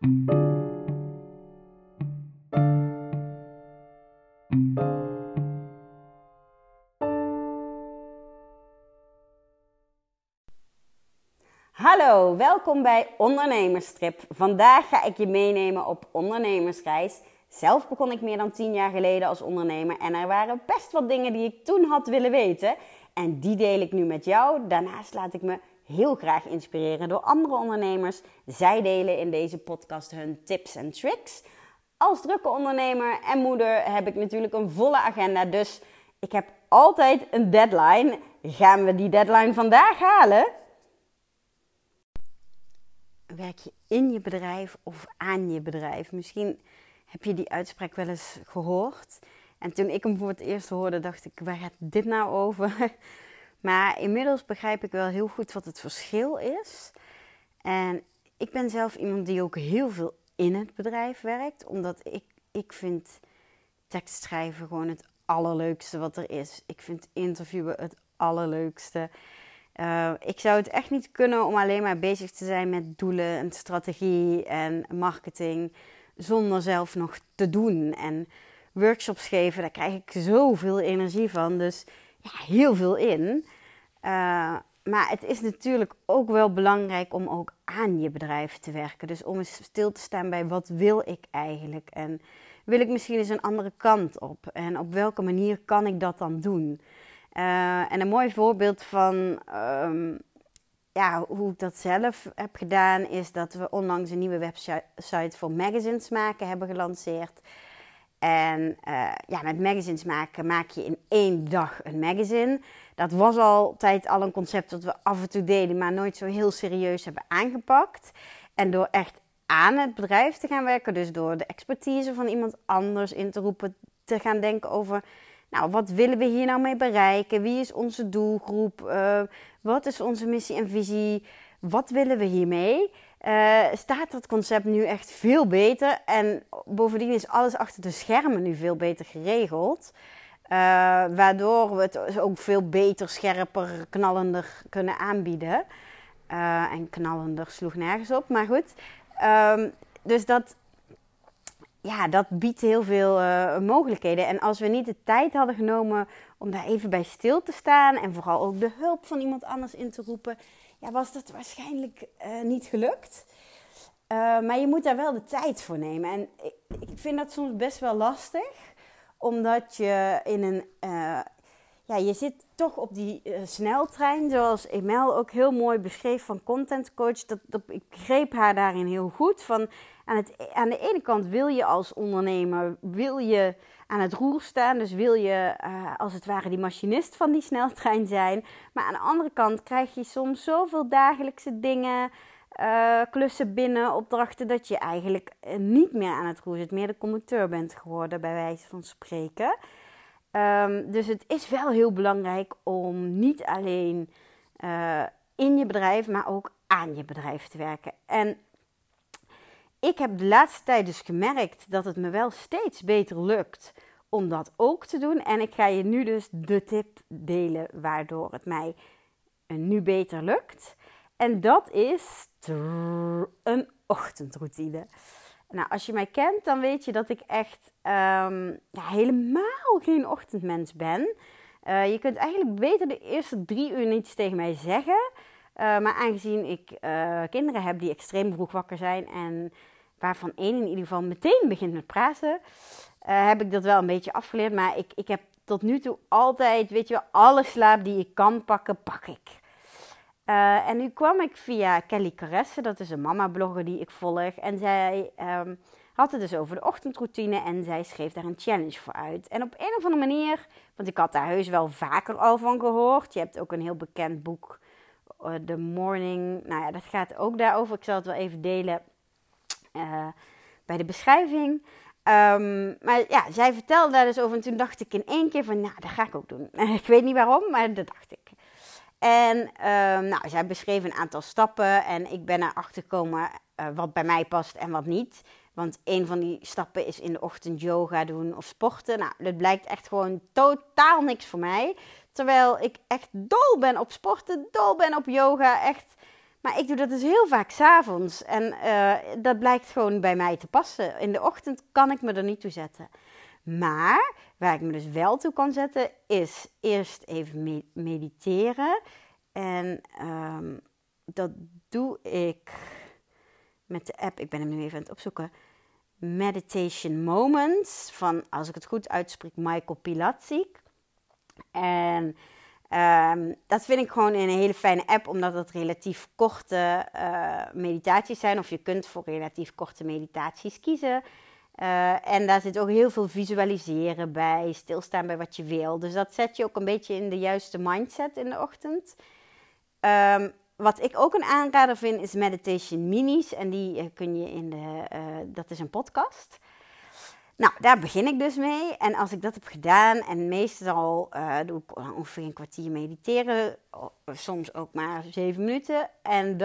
Hallo, welkom bij Ondernemerstrip. Vandaag ga ik je meenemen op ondernemersreis. Zelf begon ik meer dan 10 jaar geleden als ondernemer en er waren best wat dingen die ik toen had willen weten. En die deel ik nu met jou. Daarnaast laat ik me heel graag inspireren door andere ondernemers. Zij delen in deze podcast hun tips en tricks. Als drukke ondernemer en moeder heb ik natuurlijk een volle agenda, dus ik heb altijd een deadline. Gaan we die deadline vandaag halen? Werk je in je bedrijf of aan je bedrijf? Misschien heb je die uitspraak wel eens gehoord. En toen ik hem voor het eerst hoorde, dacht ik, waar gaat dit nou over? Maar inmiddels begrijp ik wel heel goed wat het verschil is. En ik ben zelf iemand die ook heel veel in het bedrijf werkt. Omdat ik vind tekstschrijven gewoon het allerleukste wat er is. Ik vind interviewen het allerleukste. Ik zou het echt niet kunnen om alleen maar bezig te zijn met doelen en strategie en marketing, zonder zelf nog te doen. En workshops geven, daar krijg ik zoveel energie van. Dus ja, heel veel in. Maar het is natuurlijk ook wel belangrijk om ook aan je bedrijf te werken. Dus om eens stil te staan bij wat wil ik eigenlijk? En wil ik misschien eens een andere kant op? En op welke manier kan ik dat dan doen? En een mooi voorbeeld van hoe ik dat zelf heb gedaan is dat we onlangs een nieuwe website voor magazines maken hebben gelanceerd. En met magazines maken maak je in 1 dag een magazine. Dat was altijd al een concept dat we af en toe deden, maar nooit zo heel serieus hebben aangepakt. En door echt aan het bedrijf te gaan werken, dus door de expertise van iemand anders in te roepen, te gaan denken over, nou, wat willen we hier nou mee bereiken? Wie is onze doelgroep? Wat is onze missie en visie? Wat willen we hiermee? Staat dat concept nu echt veel beter? En bovendien is alles achter de schermen nu veel beter geregeld. Waardoor we het ook veel beter, scherper, knallender kunnen aanbieden. En knallender sloeg nergens op, maar goed. Dus dat biedt heel veel mogelijkheden. En als we niet de tijd hadden genomen om daar even bij stil te staan en vooral ook de hulp van iemand anders in te roepen, was dat waarschijnlijk niet gelukt. Maar je moet daar wel de tijd voor nemen. En ik vind dat soms best wel lastig, omdat je in een je zit toch op die sneltrein, zoals Emel ook heel mooi beschreef van Content Coach. Ik begreep haar daarin heel goed. Van aan de ene kant wil je als ondernemer aan het roer staan. Dus wil je als het ware die machinist van die sneltrein zijn. Maar aan de andere kant krijg je soms zoveel dagelijkse dingen, klussen binnen, opdrachten, dat je eigenlijk niet meer aan het roer zit. Meer de conducteur bent geworden, bij wijze van spreken. Dus het is wel heel belangrijk om niet alleen in je bedrijf, maar ook aan je bedrijf te werken. En ik heb de laatste tijd dus gemerkt dat het me wel steeds beter lukt om dat ook te doen. En ik ga je nu dus de tip delen waardoor het mij nu beter lukt. En dat is een ochtendroutine. Nou, als je mij kent, dan weet je dat ik echt helemaal geen ochtendmens ben. Je kunt eigenlijk beter de eerste 3 uur niets tegen mij zeggen. Maar aangezien ik kinderen heb die extreem vroeg wakker zijn en waarvan 1 in ieder geval meteen begint met praten, heb ik dat wel een beetje afgeleerd. Maar ik heb tot nu toe altijd, weet je wel, alle slaap die ik kan pakken, pak ik. En nu kwam ik via Kelly Caresse, dat is een mama-blogger die ik volg. En zij had het dus over de ochtendroutine en zij schreef daar een challenge voor uit. En op een of andere manier, want ik had daar heus wel vaker al van gehoord. Je hebt ook een heel bekend boek, The Morning. Nou ja, dat gaat ook daarover. Ik zal het wel even delen bij de beschrijving. Maar ja, zij vertelde daar dus over en toen dacht ik in 1 keer van, nou, dat ga ik ook doen. Ik weet niet waarom, maar dat dacht ik. En zij beschreef een aantal stappen en ik ben erachter gekomen wat bij mij past en wat niet. Want een van die stappen is in de ochtend yoga doen of sporten. Nou, dat blijkt echt gewoon totaal niks voor mij. Terwijl ik echt dol ben op sporten, dol ben op yoga. Echt Maar ik doe dat dus heel vaak 's avonds. En dat blijkt gewoon bij mij te passen. In de ochtend kan ik me er niet toe zetten. Maar waar ik me dus wel toe kan zetten, is eerst even mediteren. En dat doe ik met de app. Ik ben hem nu even aan het opzoeken. Meditation Moments van, als ik het goed uitspreek, Michael Pilatschik. En dat vind ik gewoon een hele fijne app, omdat het relatief korte meditaties zijn. Of je kunt voor relatief korte meditaties kiezen. En daar zit ook heel veel visualiseren bij, stilstaan bij wat je wil. Dus dat zet je ook een beetje in de juiste mindset in de ochtend. Wat ik ook een aanrader vind, is Meditation Minis. En die kun je dat is een podcast. Nou, daar begin ik dus mee. En als ik dat heb gedaan, en meestal doe ik ongeveer een kwartier mediteren. Soms ook maar 7 minuten. En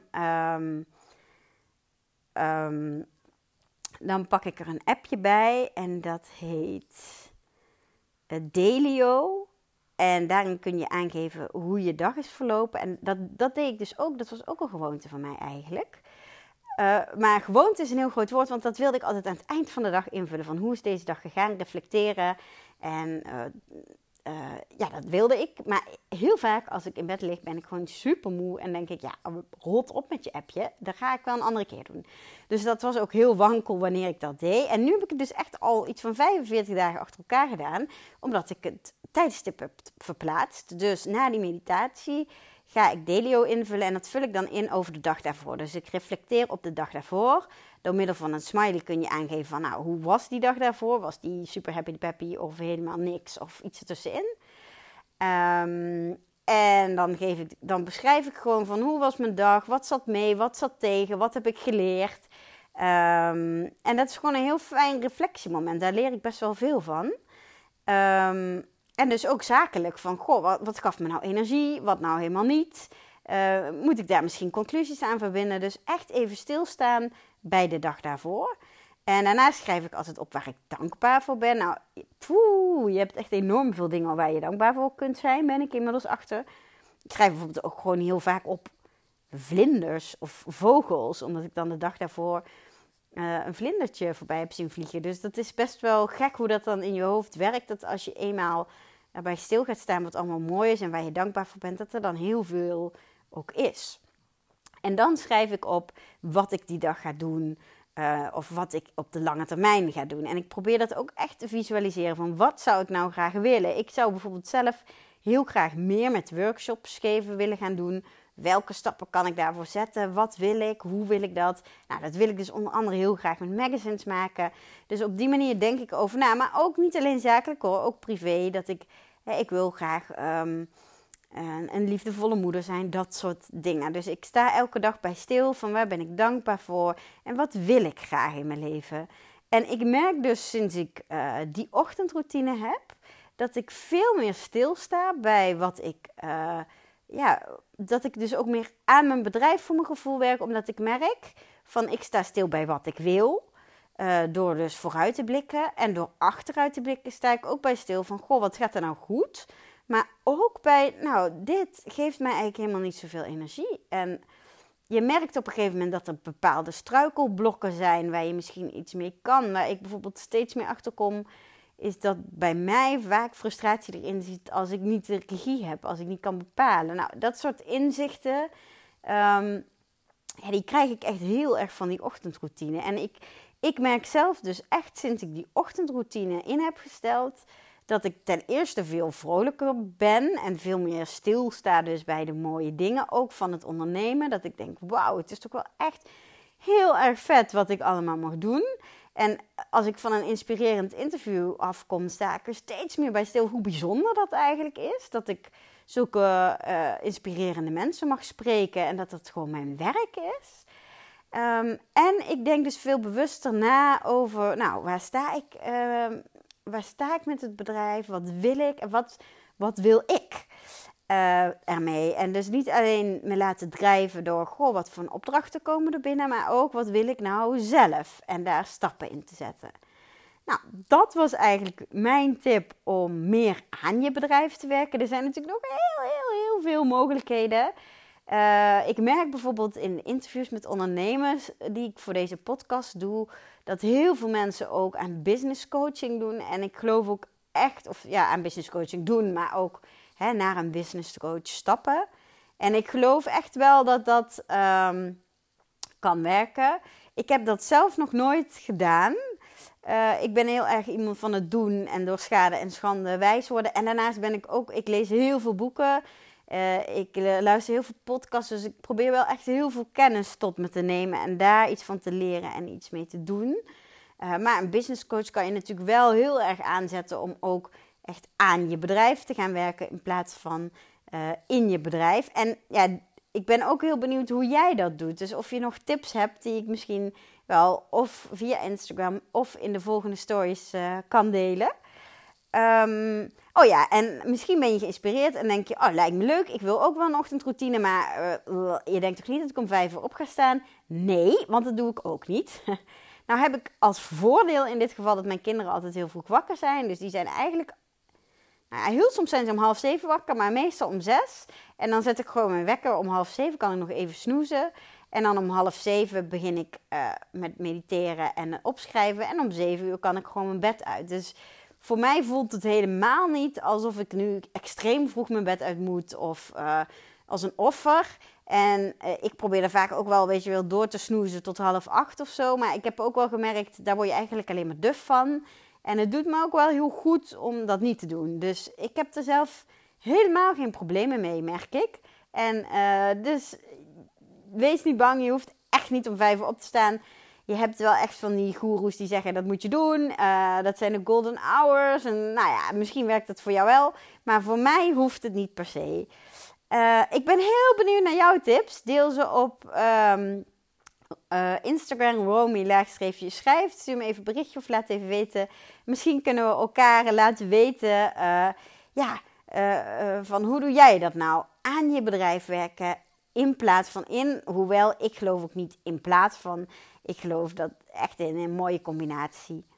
dan pak ik er een appje bij. En dat heet Delio. En daarin kun je aangeven hoe je dag is verlopen. En dat deed ik dus ook. Dat was ook een gewoonte van mij eigenlijk. Maar gewoonte is een heel groot woord, want dat wilde ik altijd aan het eind van de dag invullen. Van hoe is deze dag gegaan, reflecteren. En ja, dat wilde ik. Maar heel vaak als ik in bed lig, ben ik gewoon super moe. En denk ik, ja, rot op met je appje. Dat ga ik wel een andere keer doen. Dus dat was ook heel wankel wanneer ik dat deed. En nu heb ik het dus echt al iets van 45 dagen achter elkaar gedaan. Omdat ik het tijdstip heb verplaatst. Dus na die meditatie ga ik Delio invullen en dat vul ik dan in over de dag daarvoor. Dus ik reflecteer op de dag daarvoor. Door middel van een smiley kun je aangeven van, nou, hoe was die dag daarvoor? Was die super happy peppy of helemaal niks of iets ertussenin? En dan beschrijf ik gewoon van, hoe was mijn dag? Wat zat mee? Wat zat tegen? Wat heb ik geleerd? En dat is gewoon een heel fijn reflectiemoment. Daar leer ik best wel veel van. En dus ook zakelijk van, goh, wat gaf me nou energie, wat nou helemaal niet. Moet ik daar misschien conclusies aan verbinden? Dus echt even stilstaan bij de dag daarvoor. En daarna schrijf ik altijd op waar ik dankbaar voor ben. Nou, je hebt echt enorm veel dingen waar je dankbaar voor kunt zijn, ben ik inmiddels achter. Ik schrijf bijvoorbeeld ook gewoon heel vaak op vlinders of vogels, omdat ik dan de dag daarvoor een vlindertje voorbij heb zien vliegen. Dus dat is best wel gek hoe dat dan in je hoofd werkt. Dat als je eenmaal erbij stil gaat staan wat allemaal mooi is en waar je dankbaar voor bent, dat er dan heel veel ook is. En dan schrijf ik op wat ik die dag ga doen. Of wat ik op de lange termijn ga doen. En ik probeer dat ook echt te visualiseren van wat zou ik nou graag willen. Ik zou bijvoorbeeld zelf heel graag meer met workshops geven willen gaan doen. Welke stappen kan ik daarvoor zetten? Wat wil ik? Hoe wil ik dat? Nou, dat wil ik dus onder andere heel graag met magazines maken. Dus op die manier denk ik over na. Maar ook niet alleen zakelijk hoor, ook privé. Dat ik wil graag een liefdevolle moeder zijn. Dat soort dingen. Dus ik sta elke dag bij stil van waar ben ik dankbaar voor? En wat wil ik graag in mijn leven? En ik merk dus sinds ik die ochtendroutine heb, dat ik veel meer stilsta bij wat ik... dat ik dus ook meer aan mijn bedrijf voor mijn gevoel werk. Omdat ik merk van ik sta stil bij wat ik wil. Door dus vooruit te blikken. En door achteruit te blikken sta ik ook bij stil van, goh, wat gaat er nou goed? Maar ook bij, nou, dit geeft mij eigenlijk helemaal niet zoveel energie. En je merkt op een gegeven moment dat er bepaalde struikelblokken zijn waar je misschien iets mee kan. Waar ik bijvoorbeeld steeds meer achterkom, is dat bij mij vaak frustratie erin zit als ik niet de regie heb, als ik niet kan bepalen. Nou, dat soort inzichten, die krijg ik echt heel erg van die ochtendroutine. En ik merk zelf dus echt sinds ik die ochtendroutine in heb gesteld, dat ik ten eerste veel vrolijker ben en veel meer stilsta dus bij de mooie dingen, ook van het ondernemen. Dat ik denk, wauw, het is toch wel echt heel erg vet wat ik allemaal mag doen. En als ik van een inspirerend interview afkom, sta ik er steeds meer bij stil hoe bijzonder dat eigenlijk is. Dat ik zulke inspirerende mensen mag spreken en dat het gewoon mijn werk is. En ik denk dus veel bewuster na over, nou, waar sta ik met het bedrijf? Wat wil ik? En wat wil ik ermee? En dus niet alleen me laten drijven door, goh, wat voor opdrachten komen er binnen, maar ook wat wil ik nou zelf? En daar stappen in te zetten. Nou, dat was eigenlijk mijn tip om meer aan je bedrijf te werken. Er zijn natuurlijk nog heel veel mogelijkheden. Ik merk bijvoorbeeld in interviews met ondernemers die ik voor deze podcast doe, dat heel veel mensen ook aan business coaching doen. En ik geloof ook echt, aan business coaching doen, maar ook naar een business coach stappen. En ik geloof echt wel dat dat kan werken. Ik heb dat zelf nog nooit gedaan. Ik ben heel erg iemand van het doen en door schade en schande wijs worden. En daarnaast ik lees heel veel boeken. Ik luister heel veel podcasts. Dus ik probeer wel echt heel veel kennis tot me te nemen. En daar iets van te leren en iets mee te doen. Maar een business coach kan je natuurlijk wel heel erg aanzetten om ook echt aan je bedrijf te gaan werken. In plaats van in je bedrijf. En ja, ik ben ook heel benieuwd hoe jij dat doet. Dus of je nog tips hebt die ik misschien wel of via Instagram of in de volgende stories kan delen. En misschien ben je geïnspireerd en denk je, lijkt me leuk. Ik wil ook wel een ochtendroutine, maar je denkt toch niet dat ik om 5 uur op ga staan? Nee, want dat doe ik ook niet. Nou heb ik als voordeel in dit geval dat mijn kinderen altijd heel vroeg wakker zijn. Dus die zijn eigenlijk... heel soms zijn ze om 6:30 wakker, maar meestal om 6. En dan zet ik gewoon mijn wekker. Om 6:30 kan ik nog even snoezen. En dan om 6:30 begin ik met mediteren en opschrijven. En om 7 uur kan ik gewoon mijn bed uit. Dus voor mij voelt het helemaal niet alsof ik nu extreem vroeg mijn bed uit moet. Of als een offer. En ik probeer er vaak ook wel, door te snoezen tot 7:30 of zo. Maar ik heb ook wel gemerkt, daar word je eigenlijk alleen maar duf van. En het doet me ook wel heel goed om dat niet te doen. Dus ik heb er zelf helemaal geen problemen mee, merk ik. En dus wees niet bang, je hoeft echt niet om 5 uur op te staan. Je hebt wel echt van die goeroes die zeggen dat moet je doen. Dat zijn de golden hours. En misschien werkt dat voor jou wel. Maar voor mij hoeft het niet per se. Ik ben heel benieuwd naar jouw tips. Deel ze op Instagram, Romy_schrijft. Stuur me even een berichtje of laat even weten. Misschien kunnen we elkaar laten weten van hoe doe jij dat nou? Aan je bedrijf werken in plaats van in. Hoewel, ik geloof ook niet in plaats van. Ik geloof dat echt in een mooie combinatie.